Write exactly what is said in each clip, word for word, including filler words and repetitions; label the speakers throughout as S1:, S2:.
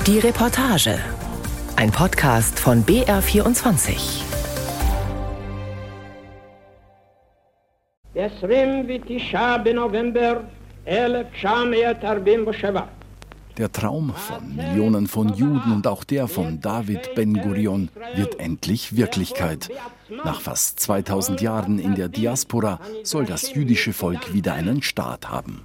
S1: Die Reportage. Ein Podcast von B R vierundzwanzig.
S2: Der Traum von Millionen von Juden und auch der von David Ben-Gurion wird endlich Wirklichkeit. Nach fast zweitausend Jahren in der Diaspora soll das jüdische Volk wieder einen Staat haben.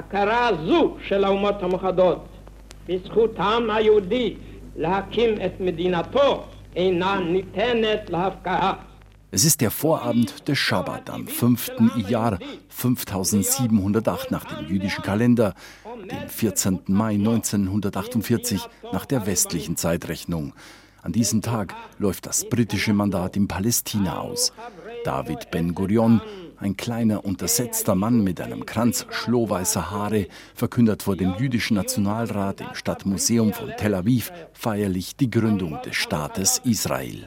S2: Es ist der Vorabend des Schabbat am fünften Iyar fünftausendsiebenhundertacht nach dem jüdischen Kalender, dem vierzehnten Mai neunzehnhundertachtundvierzig nach der westlichen Zeitrechnung. An diesem Tag läuft das britische Mandat in Palästina aus. David Ben-Gurion, ein kleiner, untersetzter Mann mit einem Kranz schlohweißer Haare, verkündet vor dem jüdischen Nationalrat im Stadtmuseum von Tel Aviv feierlich die Gründung des Staates Israel.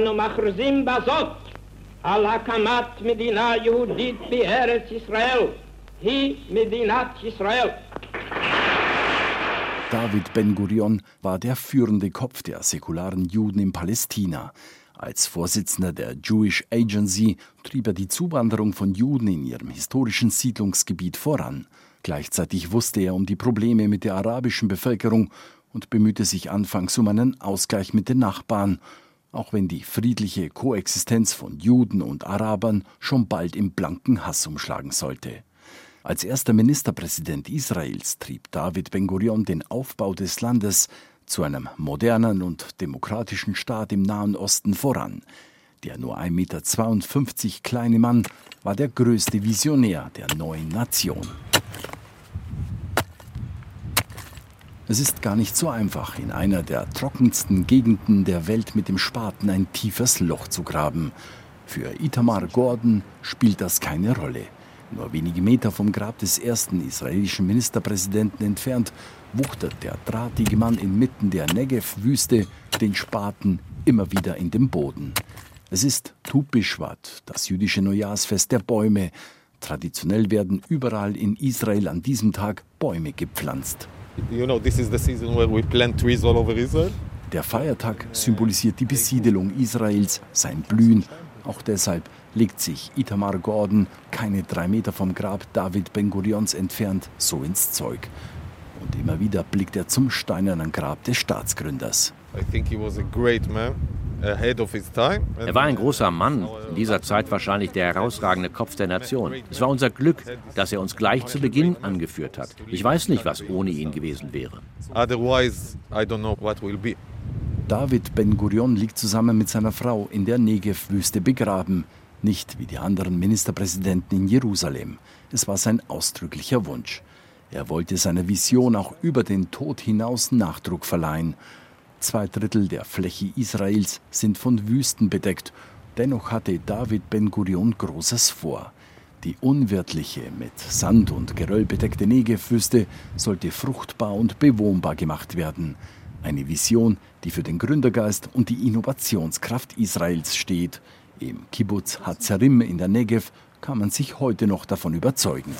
S2: David Ben-Gurion war der führende Kopf der säkularen Juden in Palästina. Als Vorsitzender der Jewish Agency trieb er die Zuwanderung von Juden in ihrem historischen Siedlungsgebiet voran. Gleichzeitig wusste er um die Probleme mit der arabischen Bevölkerung und bemühte sich anfangs um einen Ausgleich mit den Nachbarn, auch wenn die friedliche Koexistenz von Juden und Arabern schon bald im blanken Hass umschlagen sollte. Als erster Ministerpräsident Israels trieb David Ben-Gurion den Aufbau des Landes zu einem modernen und demokratischen Staat im Nahen Osten voran. Der nur ein Meter zweiundfünfzig kleine Mann war der größte Visionär der neuen Nation. Es ist gar nicht so einfach, in einer der trockensten Gegenden der Welt mit dem Spaten ein tiefes Loch zu graben. Für Itamar Gordon spielt das keine Rolle. Nur wenige Meter vom Grab des ersten israelischen Ministerpräsidenten entfernt wuchtet der drahtige Mann inmitten der Negev-Wüste den Spaten immer wieder in den Boden. Es ist Tu Bishvat, das jüdische Neujahrsfest der Bäume. Traditionell werden überall in Israel an diesem Tag Bäume gepflanzt.
S3: You know, this is the season where we plant trees all over Israel.
S2: Der Feiertag symbolisiert die Besiedelung Israels, sein Blühen. Auch deshalb legt sich Itamar Gordon keine drei Meter vom Grab David Ben-Gurions entfernt so ins Zeug. Und immer wieder blickt er zum steinernen Grab des Staatsgründers.
S3: I think he was a great man, ahead of his time.
S4: Er war ein großer Mann, in dieser Zeit wahrscheinlich der herausragende Kopf der Nation. Es war unser Glück, dass er uns gleich zu Beginn angeführt hat. Ich weiß nicht, was ohne ihn gewesen wäre.
S3: Otherwise, I don't know what will be.
S2: David Ben-Gurion liegt zusammen mit seiner Frau in der Negev-Wüste begraben. Nicht wie die anderen Ministerpräsidenten in Jerusalem. Es war sein ausdrücklicher Wunsch. Er wollte seiner Vision auch über den Tod hinaus Nachdruck verleihen. Zwei Drittel der Fläche Israels sind von Wüsten bedeckt. Dennoch hatte David Ben-Gurion Großes vor. Die unwirtliche, mit Sand und Geröll bedeckte Negev-Wüste sollte fruchtbar und bewohnbar gemacht werden. Eine Vision, die für den Gründergeist und die Innovationskraft Israels steht. Im Kibbutz Hatzarim in der Negev kann man sich heute noch davon überzeugen.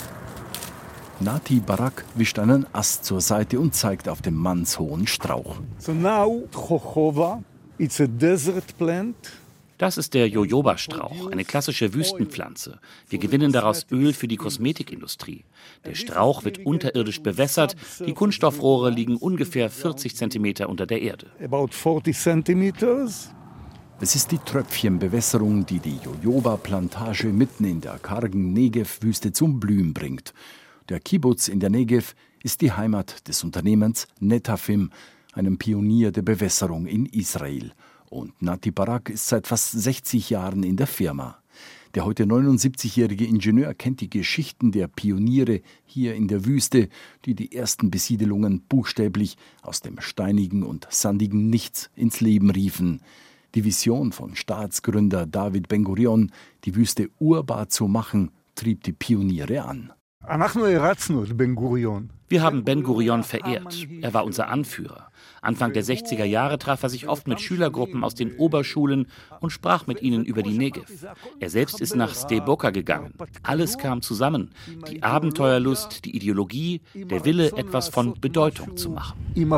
S2: Nati Barak wischt einen Ast zur Seite und zeigt auf den mannshohen Strauch.
S5: So now Chochova, it's a desert plant.
S4: Das ist der Jojoba-Strauch, eine klassische Wüstenpflanze. Wir gewinnen daraus Öl für die Kosmetikindustrie. Der Strauch wird unterirdisch bewässert. Die Kunststoffrohre liegen ungefähr vierzig Zentimeter unter der Erde.
S5: About forty centimeters.
S2: Es ist die Tröpfchenbewässerung, die die Jojoba-Plantage mitten in der kargen Negev-Wüste zum Blühen bringt. Der Kibbutz in der Negev ist die Heimat des Unternehmens Netafim, einem Pionier der Bewässerung in Israel. Und Nati Barak ist seit fast sechzig Jahren in der Firma. Der heute neunundsiebzigjährige Ingenieur kennt die Geschichten der Pioniere hier in der Wüste, die die ersten Besiedelungen buchstäblich aus dem steinigen und sandigen Nichts ins Leben riefen. Die Vision von Staatsgründer David Ben-Gurion, die Wüste urbar zu machen, trieb die Pioniere an.
S4: Wir haben Ben Gurion verehrt. Er war unser Anführer. Anfang der sechziger Jahre traf er sich oft mit Schülergruppen aus den Oberschulen und sprach mit ihnen über die Negev. Er selbst ist nach Sde-Boka gegangen. Alles kam zusammen. Die Abenteuerlust, die Ideologie, der Wille, etwas von Bedeutung zu machen.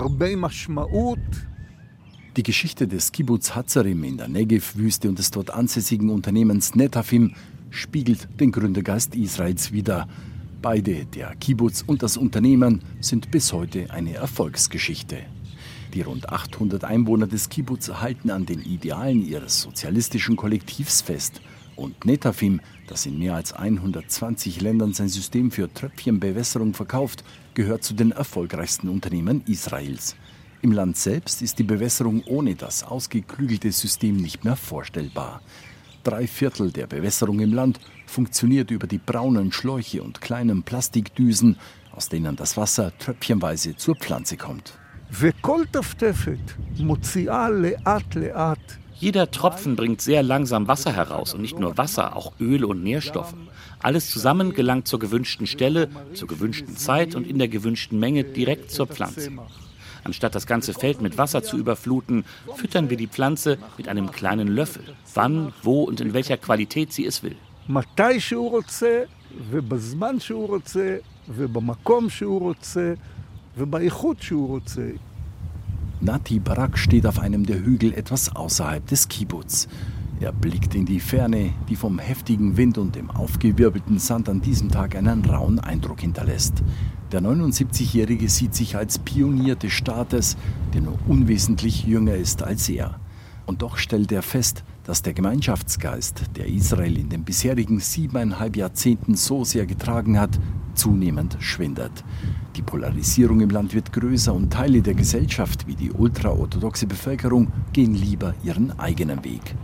S2: Die Geschichte des Kibbuz Hatzarim in der Negev-Wüste und des dort ansässigen Unternehmens Netafim spiegelt den Gründergeist Israels wider. Beide, der Kibbuz und das Unternehmen, sind bis heute eine Erfolgsgeschichte. Die rund achthundert Einwohner des Kibbuz halten an den Idealen ihres sozialistischen Kollektivs fest. Und Netafim, das in mehr als hundertzwanzig Ländern sein System für Tröpfchenbewässerung verkauft, gehört zu den erfolgreichsten Unternehmen Israels. Im Land selbst ist die Bewässerung ohne das ausgeklügelte System nicht mehr vorstellbar. Drei Viertel der Bewässerung im Land funktioniert über die braunen Schläuche und kleinen Plastikdüsen, aus denen das Wasser tröpfchenweise zur Pflanze kommt.
S4: Jeder Tropfen bringt sehr langsam Wasser heraus und nicht nur Wasser, auch Öl und Nährstoffe. Alles zusammen gelangt zur gewünschten Stelle, zur gewünschten Zeit und in der gewünschten Menge direkt zur Pflanze. Anstatt das ganze Feld mit Wasser zu überfluten, füttern wir die Pflanze mit einem kleinen Löffel. Wann, wo und in welcher Qualität sie es will.
S2: Nati Barak steht auf einem der Hügel etwas außerhalb des Kibbuz. Er blickt in die Ferne, die vom heftigen Wind und dem aufgewirbelten Sand an diesem Tag einen rauen Eindruck hinterlässt. Der neunundsiebzigjährige sieht sich als Pionier des Staates, der nur unwesentlich jünger ist als er. Und doch stellt er fest, dass der Gemeinschaftsgeist, der Israel in den bisherigen siebeneinhalb Jahrzehnten so sehr getragen hat, zunehmend schwindet. Die Polarisierung im Land wird größer und Teile der Gesellschaft, wie die ultraorthodoxe Bevölkerung, gehen lieber ihren eigenen Weg.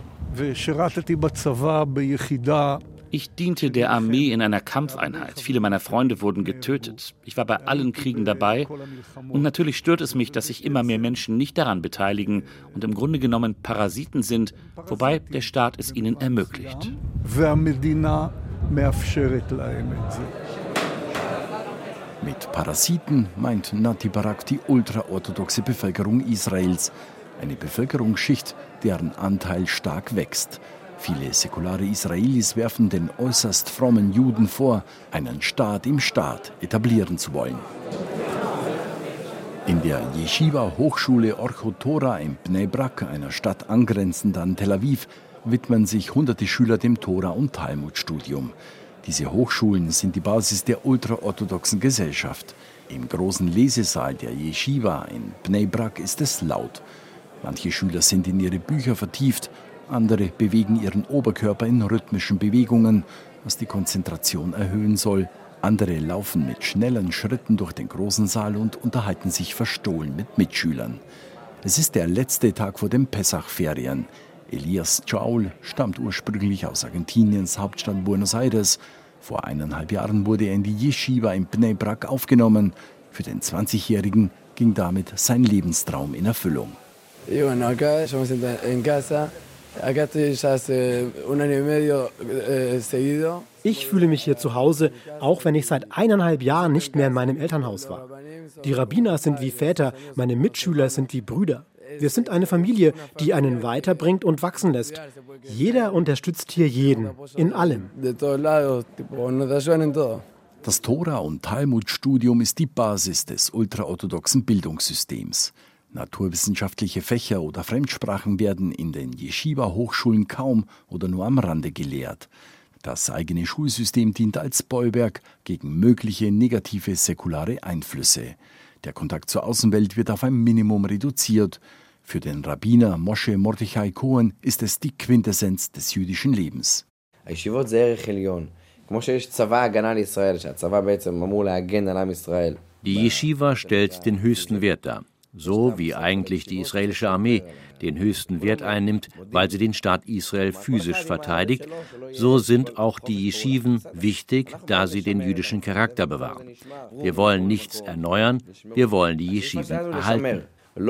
S4: Ich diente der Armee in einer Kampfeinheit. Viele meiner Freunde wurden getötet. Ich war bei allen Kriegen dabei. Und natürlich stört es mich, dass sich immer mehr Menschen nicht daran beteiligen und im Grunde genommen Parasiten sind, wobei der Staat es ihnen ermöglicht.
S2: Mit Parasiten meint Nati Barak die ultraorthodoxe Bevölkerung Israels. Eine Bevölkerungsschicht, deren Anteil stark wächst. Viele säkulare Israelis werfen den äußerst frommen Juden vor, einen Staat im Staat etablieren zu wollen. In der Yeshiva-Hochschule Orchot Torah in Bnei Brak, einer Stadt angrenzend an Tel Aviv, widmen sich hunderte Schüler dem Tora- und Talmud-Studium. Diese Hochschulen sind die Basis der ultraorthodoxen Gesellschaft. Im großen Lesesaal der Yeshiva in Bnei Brak ist es laut. Manche Schüler sind in ihre Bücher vertieft, andere bewegen ihren Oberkörper in rhythmischen Bewegungen, was die Konzentration erhöhen soll. Andere laufen mit schnellen Schritten durch den großen Saal und unterhalten sich verstohlen mit Mitschülern. Es ist der letzte Tag vor den Pessach-Ferien. Elias Chaul stammt ursprünglich aus Argentiniens Hauptstadt Buenos Aires. Vor eineinhalb Jahren wurde er in die Yeshiva in Bnei Brak aufgenommen. Für den zwanzigjährigen ging damit sein Lebenstraum in Erfüllung.
S6: Ich fühle mich hier zu Hause, auch wenn ich seit eineinhalb Jahren nicht mehr in meinem Elternhaus war. Die Rabbiner sind wie Väter, meine Mitschüler sind wie Brüder. Wir sind eine Familie, die einen weiterbringt und wachsen lässt. Jeder unterstützt hier jeden, in allem.
S2: Das Tora- und Talmud-Studium ist die Basis des ultraorthodoxen Bildungssystems. Naturwissenschaftliche Fächer oder Fremdsprachen werden in den Yeshiva-Hochschulen kaum oder nur am Rande gelehrt. Das eigene Schulsystem dient als Bollwerk gegen mögliche negative säkulare Einflüsse. Der Kontakt zur Außenwelt wird auf ein Minimum reduziert. Für den Rabbiner Moshe Mordechai Cohen ist es die Quintessenz des jüdischen Lebens.
S7: Die Yeshiva stellt den höchsten Wert dar. So wie eigentlich die israelische Armee den höchsten Wert einnimmt, weil sie den Staat Israel physisch verteidigt, so sind auch die Yeshiven wichtig, da sie den jüdischen Charakter bewahren. Wir wollen nichts erneuern, wir wollen die Yeshiven erhalten.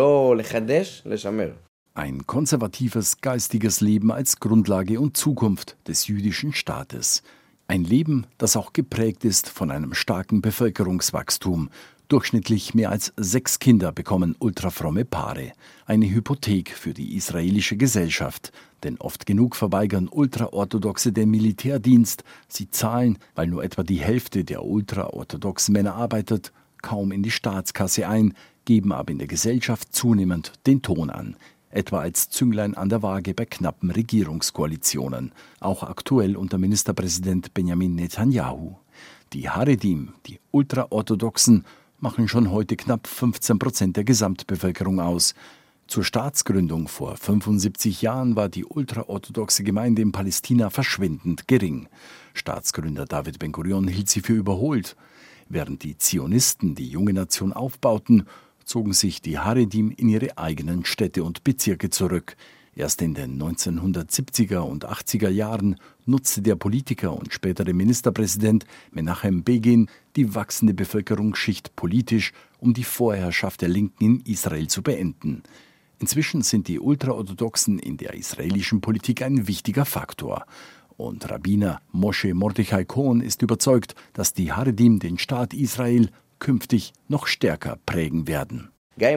S2: Ein konservatives geistiges Leben als Grundlage und Zukunft des jüdischen Staates. Ein Leben, das auch geprägt ist von einem starken Bevölkerungswachstum. Durchschnittlich mehr als sechs Kinder bekommen ultrafromme Paare. Eine Hypothek für die israelische Gesellschaft. Denn oft genug verweigern Ultraorthodoxe den Militärdienst. Sie zahlen, weil nur etwa die Hälfte der ultraorthodoxen Männer arbeitet, kaum in die Staatskasse ein, geben aber in der Gesellschaft zunehmend den Ton an. Etwa als Zünglein an der Waage bei knappen Regierungskoalitionen. Auch aktuell unter Ministerpräsident Benjamin Netanyahu. Die Haredim, die Ultraorthodoxen, machen schon heute knapp fünfzehn Prozent der Gesamtbevölkerung aus. Zur Staatsgründung vor fünfundsiebzig Jahren war die ultraorthodoxe Gemeinde in Palästina verschwindend gering. Staatsgründer David Ben-Gurion hielt sie für überholt. Während die Zionisten die junge Nation aufbauten, zogen sich die Haredim in ihre eigenen Städte und Bezirke zurück. Erst in den neunzehnhundertsiebziger und achtziger Jahren nutzte der Politiker und spätere Ministerpräsident Menachem Begin die wachsende Bevölkerungsschicht politisch, um die Vorherrschaft der Linken in Israel zu beenden. Inzwischen sind die Ultraorthodoxen in der israelischen Politik ein wichtiger Faktor. Und Rabbiner Moshe Mordechai Cohen ist überzeugt, dass die Haredim den Staat Israel künftig noch stärker prägen werden.
S7: Wir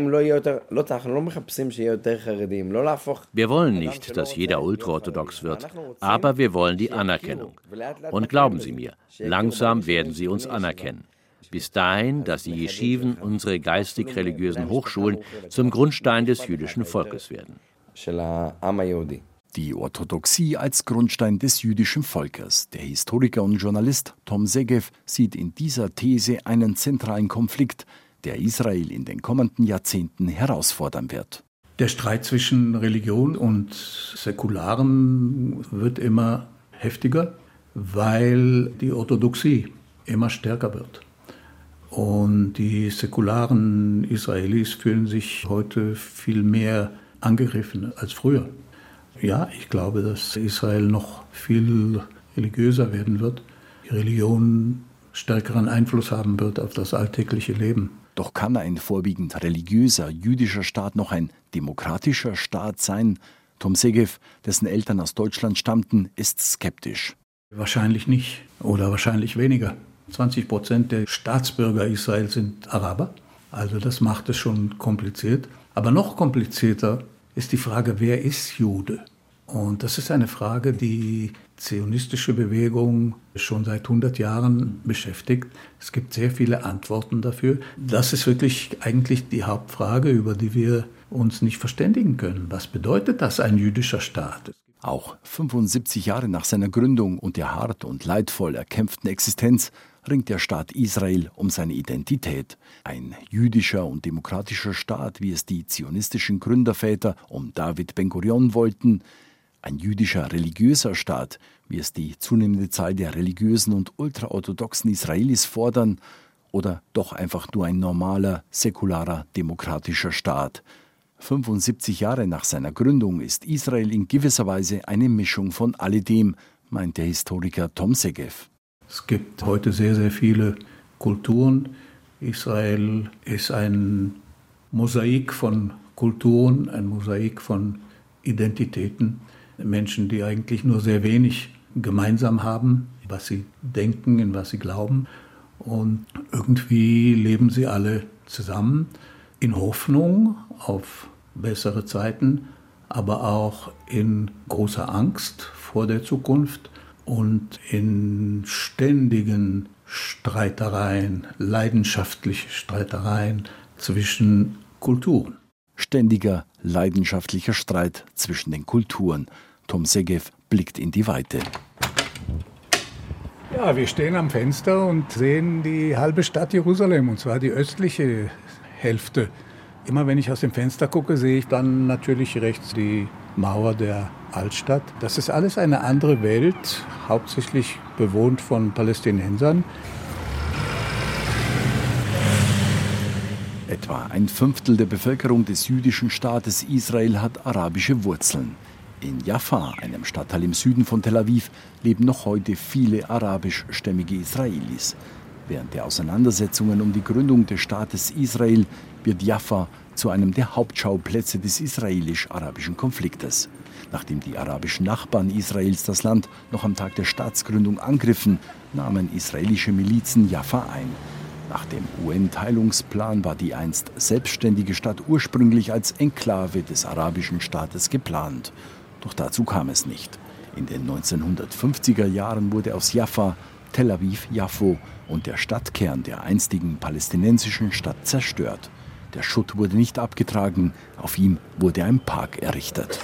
S7: wollen nicht, dass jeder ultraorthodox wird, aber wir wollen die Anerkennung. Und glauben Sie mir, langsam werden sie uns anerkennen. Bis dahin, dass die Jeschiven, unsere geistig-religiösen Hochschulen, zum Grundstein des jüdischen Volkes werden.
S2: Die Orthodoxie als Grundstein des jüdischen Volkes. Der Historiker und Journalist Tom Segev sieht in dieser These einen zentralen Konflikt, der Israel in den kommenden Jahrzehnten herausfordern wird.
S5: Der Streit zwischen Religion und Säkularem wird immer heftiger, weil die Orthodoxie immer stärker wird. Und die säkularen Israelis fühlen sich heute viel mehr angegriffen als früher. Ja, ich glaube, dass Israel noch viel religiöser werden wird, die Religion stärkeren Einfluss haben wird auf das alltägliche Leben.
S2: Doch kann ein vorwiegend religiöser jüdischer Staat noch ein demokratischer Staat sein? Tom Segev, dessen Eltern aus Deutschland stammten, ist skeptisch.
S5: Wahrscheinlich nicht oder wahrscheinlich weniger. zwanzig Prozent der Staatsbürger Israels sind Araber. Also das macht es schon kompliziert. Aber noch komplizierter ist die Frage, wer ist Jude? Und das ist eine Frage, die zionistische Bewegung schon seit hundert Jahren beschäftigt. Es gibt sehr viele Antworten dafür. Das ist wirklich eigentlich die Hauptfrage, über die wir uns nicht verständigen können. Was bedeutet das, ein jüdischer Staat?
S2: Auch fünfundsiebzig Jahre nach seiner Gründung und der hart und leidvoll erkämpften Existenz ringt der Staat Israel um seine Identität. Ein jüdischer und demokratischer Staat, wie es die zionistischen Gründerväter um David Ben-Gurion wollten. Ein jüdischer religiöser Staat, wie es die zunehmende Zahl der religiösen und ultraorthodoxen Israelis fordern. Oder doch einfach nur ein normaler, säkularer, demokratischer Staat. fünfundsiebzig Jahre nach seiner Gründung ist Israel in gewisser Weise eine Mischung von alledem, meint der Historiker Tom Segev.
S5: Es gibt heute sehr, sehr viele Kulturen. Israel ist ein Mosaik von Kulturen, ein Mosaik von Identitäten. Menschen, die eigentlich nur sehr wenig gemeinsam haben, was sie denken, in was sie glauben. Und irgendwie leben sie alle zusammen in Hoffnung auf bessere Zeiten, aber auch in großer Angst vor der Zukunft und in ständigen Streitereien, leidenschaftliche Streitereien zwischen Kulturen.
S2: Ständiger, leidenschaftlicher Streit zwischen den Kulturen. Tom Segev blickt in die Weite.
S5: Ja, wir stehen am Fenster und sehen die halbe Stadt Jerusalem, und zwar die östliche Hälfte. Immer wenn ich aus dem Fenster gucke, sehe ich dann natürlich rechts die Mauer der Altstadt. Das ist alles eine andere Welt, hauptsächlich bewohnt von Palästinensern.
S2: Etwa ein Fünftel der Bevölkerung des jüdischen Staates Israel hat arabische Wurzeln. In Jaffa, einem Stadtteil im Süden von Tel Aviv, leben noch heute viele arabischstämmige Israelis. Während der Auseinandersetzungen um die Gründung des Staates Israel wird Jaffa zu einem der Hauptschauplätze des israelisch-arabischen Konfliktes. Nachdem die arabischen Nachbarn Israels das Land noch am Tag der Staatsgründung angriffen, nahmen israelische Milizen Jaffa ein. Nach dem U N-Teilungsplan war die einst selbstständige Stadt ursprünglich als Enklave des arabischen Staates geplant. Doch dazu kam es nicht. In den neunzehnhundertfünfziger Jahren wurde aus Jaffa Tel Aviv-Jaffo und der Stadtkern der einstigen palästinensischen Stadt zerstört. Der Schutt wurde nicht abgetragen, auf ihm wurde ein Park errichtet.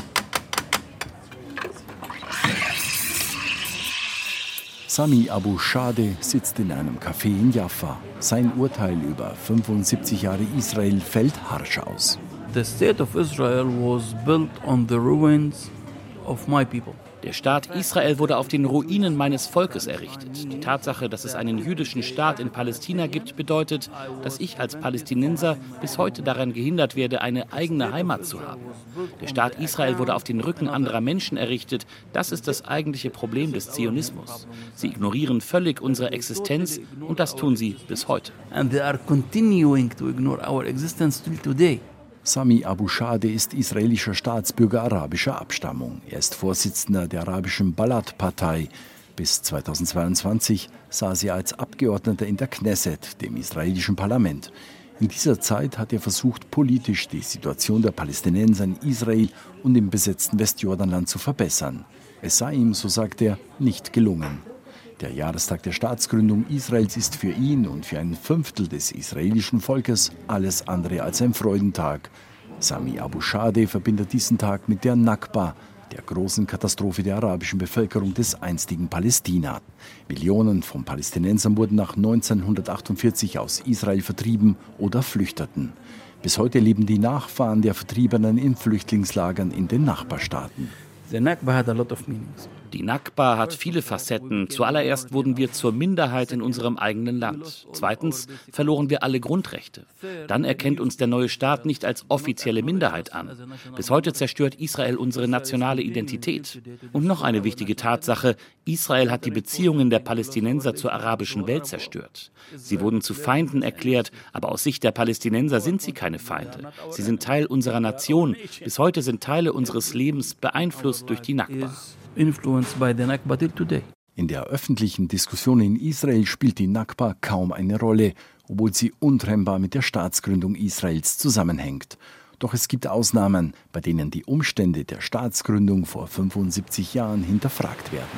S2: Sami Abu Shadeh sitzt in einem Café in Jaffa. Sein Urteil über fünfundsiebzig Jahre Israel fällt harsch aus.
S8: The state of Israel was built on the ruins of my people.
S4: Der Staat Israel wurde auf den Ruinen meines Volkes errichtet. Die Tatsache, dass es einen jüdischen Staat in Palästina gibt, bedeutet, dass ich als Palästinenser bis heute daran gehindert werde, eine eigene Heimat zu haben. Der Staat Israel wurde auf den Rücken anderer Menschen errichtet. Das ist das eigentliche Problem des Zionismus. Sie ignorieren völlig unsere Existenz und das tun sie bis heute.
S8: And they are continuing to ignore our existence till today.
S2: Sami Abu Shadeh ist israelischer Staatsbürger arabischer Abstammung. Er ist Vorsitzender der arabischen Balad-Partei. Bis zweitausendzweiundzwanzig saß er als Abgeordneter in der Knesset, dem israelischen Parlament. In dieser Zeit hat er versucht, politisch die Situation der Palästinenser in Israel und im besetzten Westjordanland zu verbessern. Es sei ihm, so sagt er, nicht gelungen. Der Jahrestag der Staatsgründung Israels ist für ihn und für ein Fünftel des israelischen Volkes alles andere als ein Freudentag. Sami Abu Shadeh verbindet diesen Tag mit der Nakba, der großen Katastrophe der arabischen Bevölkerung des einstigen Palästina. Millionen von Palästinensern wurden nach neunzehnhundertachtundvierzig aus Israel vertrieben oder flüchteten. Bis heute leben die Nachfahren der Vertriebenen in Flüchtlingslagern in den Nachbarstaaten.
S8: The Nakba had a lot of meanings.
S4: Die Nakba hat viele Facetten. Zuallererst wurden wir zur Minderheit in unserem eigenen Land. Zweitens verloren wir alle Grundrechte. Dann erkennt uns der neue Staat nicht als offizielle Minderheit an. Bis heute zerstört Israel unsere nationale Identität. Und noch eine wichtige Tatsache: Israel hat die Beziehungen der Palästinenser zur arabischen Welt zerstört. Sie wurden zu Feinden erklärt, aber aus Sicht der Palästinenser sind sie keine Feinde. Sie sind Teil unserer Nation. Bis heute sind Teile unseres Lebens beeinflusst durch die Nakba.
S8: Influenced by the Nakba till today.
S2: In der öffentlichen Diskussion in Israel spielt die Nakba kaum eine Rolle, obwohl sie untrennbar mit der Staatsgründung Israels zusammenhängt. Doch es gibt Ausnahmen, bei denen die Umstände der Staatsgründung vor fünfundsiebzig Jahren hinterfragt werden.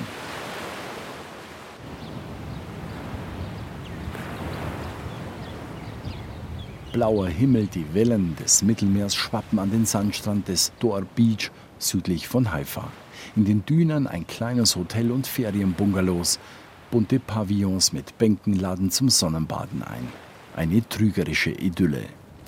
S2: Blauer Himmel, die Wellen des Mittelmeers schwappen an den Sandstrand des Dor Beach südlich von Haifa. In den Dünen ein kleines Hotel und Ferienbungalows. Bunte Pavillons mit Bänken laden zum Sonnenbaden ein. Eine trügerische Idylle.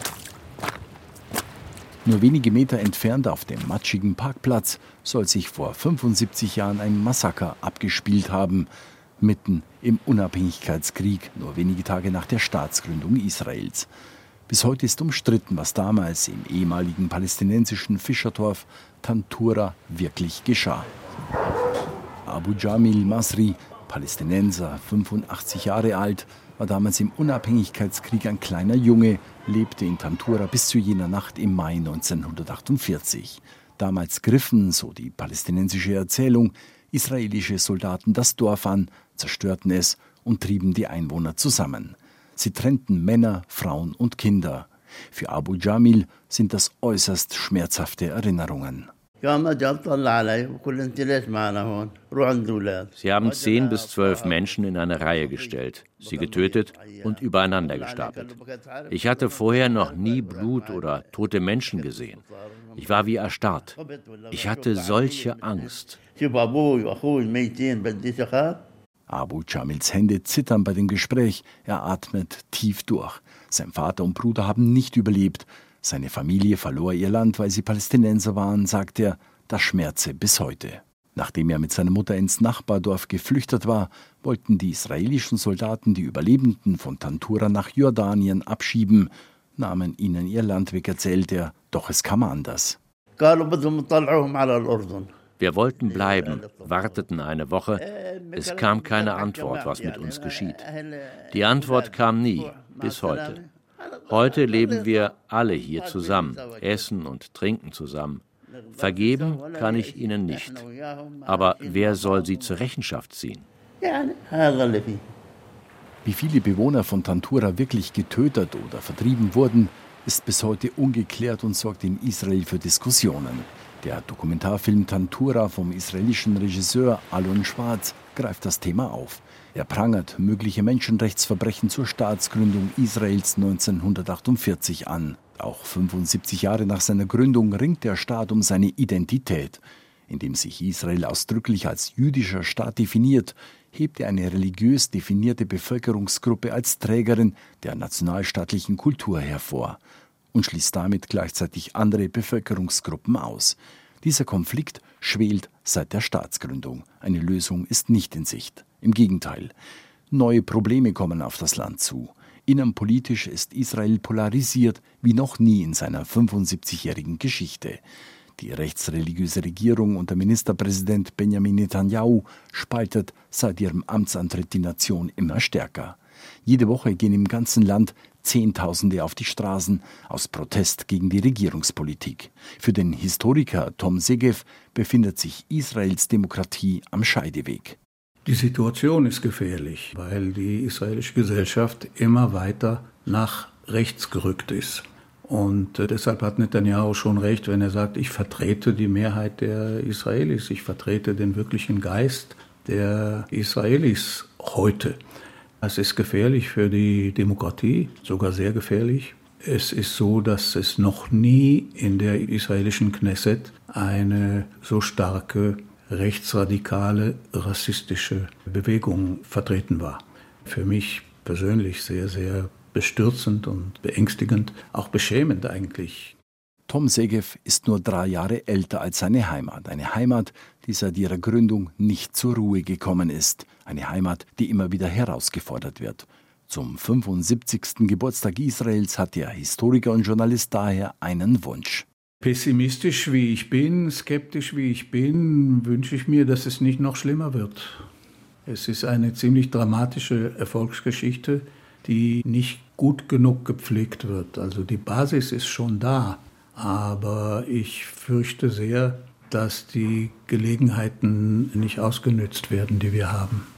S2: Nur wenige Meter entfernt auf dem matschigen Parkplatz soll sich vor fünfundsiebzig Jahren ein Massaker abgespielt haben. Mitten im Unabhängigkeitskrieg, nur wenige Tage nach der Staatsgründung Israels. Bis heute ist umstritten, was damals im ehemaligen palästinensischen Fischerdorf Tantura wirklich geschah. Abu Jamil Masri, Palästinenser, fünfundachtzig Jahre alt, war damals im Unabhängigkeitskrieg ein kleiner Junge, lebte in Tantura bis zu jener Nacht im Mai neunzehnhundertachtundvierzig. Damals griffen, so die palästinensische Erzählung, israelische Soldaten das Dorf an, zerstörten es und trieben die Einwohner zusammen. Sie trennten Männer, Frauen und Kinder. Für Abu Jamil sind das äußerst schmerzhafte Erinnerungen.
S7: Sie haben zehn bis zwölf Menschen in eine Reihe gestellt, sie getötet und übereinander gestapelt. Ich hatte vorher noch nie Blut oder tote Menschen gesehen. Ich war wie erstarrt. Ich hatte solche Angst.
S2: Abu Jamils Hände zittern bei dem Gespräch. Er atmet tief durch. Sein Vater und Bruder haben nicht überlebt. Seine Familie verlor ihr Land, weil sie Palästinenser waren, sagt er. Das schmerze bis heute. Nachdem er mit seiner Mutter ins Nachbardorf geflüchtet war, wollten die israelischen Soldaten die Überlebenden von Tantura nach Jordanien abschieben, nahmen ihnen ihr Land weg, erzählt er. Doch es kam anders.
S7: Wir wollten bleiben, warteten eine Woche. Es kam keine Antwort, was mit uns geschieht. Die Antwort kam nie, bis heute. Heute leben wir alle hier zusammen, essen und trinken zusammen. Vergeben kann ich ihnen nicht. Aber wer soll sie zur Rechenschaft ziehen?
S2: Wie viele Bewohner von Tantura wirklich getötet oder vertrieben wurden, ist bis heute ungeklärt und sorgt in Israel für Diskussionen. Der Dokumentarfilm Tantura vom israelischen Regisseur Alon Schwarz greift das Thema auf. Er prangert mögliche Menschenrechtsverbrechen zur Staatsgründung Israels neunzehnhundertachtundvierzig an. Auch fünfundsiebzig Jahre nach seiner Gründung ringt der Staat um seine Identität. Indem sich Israel ausdrücklich als jüdischer Staat definiert, hebt er eine religiös definierte Bevölkerungsgruppe als Trägerin der nationalstaatlichen Kultur hervor und schließt damit gleichzeitig andere Bevölkerungsgruppen aus. Dieser Konflikt schwelt seit der Staatsgründung. Eine Lösung ist nicht in Sicht. Im Gegenteil, neue Probleme kommen auf das Land zu. Innenpolitisch ist Israel polarisiert wie noch nie in seiner fünfundsiebzigjährigen Geschichte. Die rechtsreligiöse Regierung unter Ministerpräsident Benjamin Netanyahu spaltet seit ihrem Amtsantritt die Nation immer stärker. Jede Woche gehen im ganzen Land Zehntausende auf die Straßen aus Protest gegen die Regierungspolitik. Für den Historiker Tom Segev befindet sich Israels Demokratie am Scheideweg.
S5: Die Situation ist gefährlich, weil die israelische Gesellschaft immer weiter nach rechts gerückt ist. Und deshalb hat Netanyahu schon recht, wenn er sagt, ich vertrete die Mehrheit der Israelis, ich vertrete den wirklichen Geist der Israelis heute. Es ist gefährlich für die Demokratie, sogar sehr gefährlich. Es ist so, dass es noch nie in der israelischen Knesset eine so starke rechtsradikale, rassistische Bewegung vertreten war. Für mich persönlich sehr, sehr bestürzend und beängstigend, auch beschämend eigentlich.
S2: Tom Segev ist nur drei Jahre älter als seine Heimat. Eine Heimat, die seit ihrer Gründung nicht zur Ruhe gekommen ist. Eine Heimat, die immer wieder herausgefordert wird. Zum fünfundsiebzigsten Geburtstag Israels hat der Historiker und Journalist daher einen Wunsch.
S5: Pessimistisch wie ich bin, skeptisch wie ich bin, wünsche ich mir, dass es nicht noch schlimmer wird. Es ist eine ziemlich dramatische Erfolgsgeschichte, die nicht gut genug gepflegt wird. Also die Basis ist schon da, aber ich fürchte sehr, dass die Gelegenheiten nicht ausgenützt werden, die wir haben.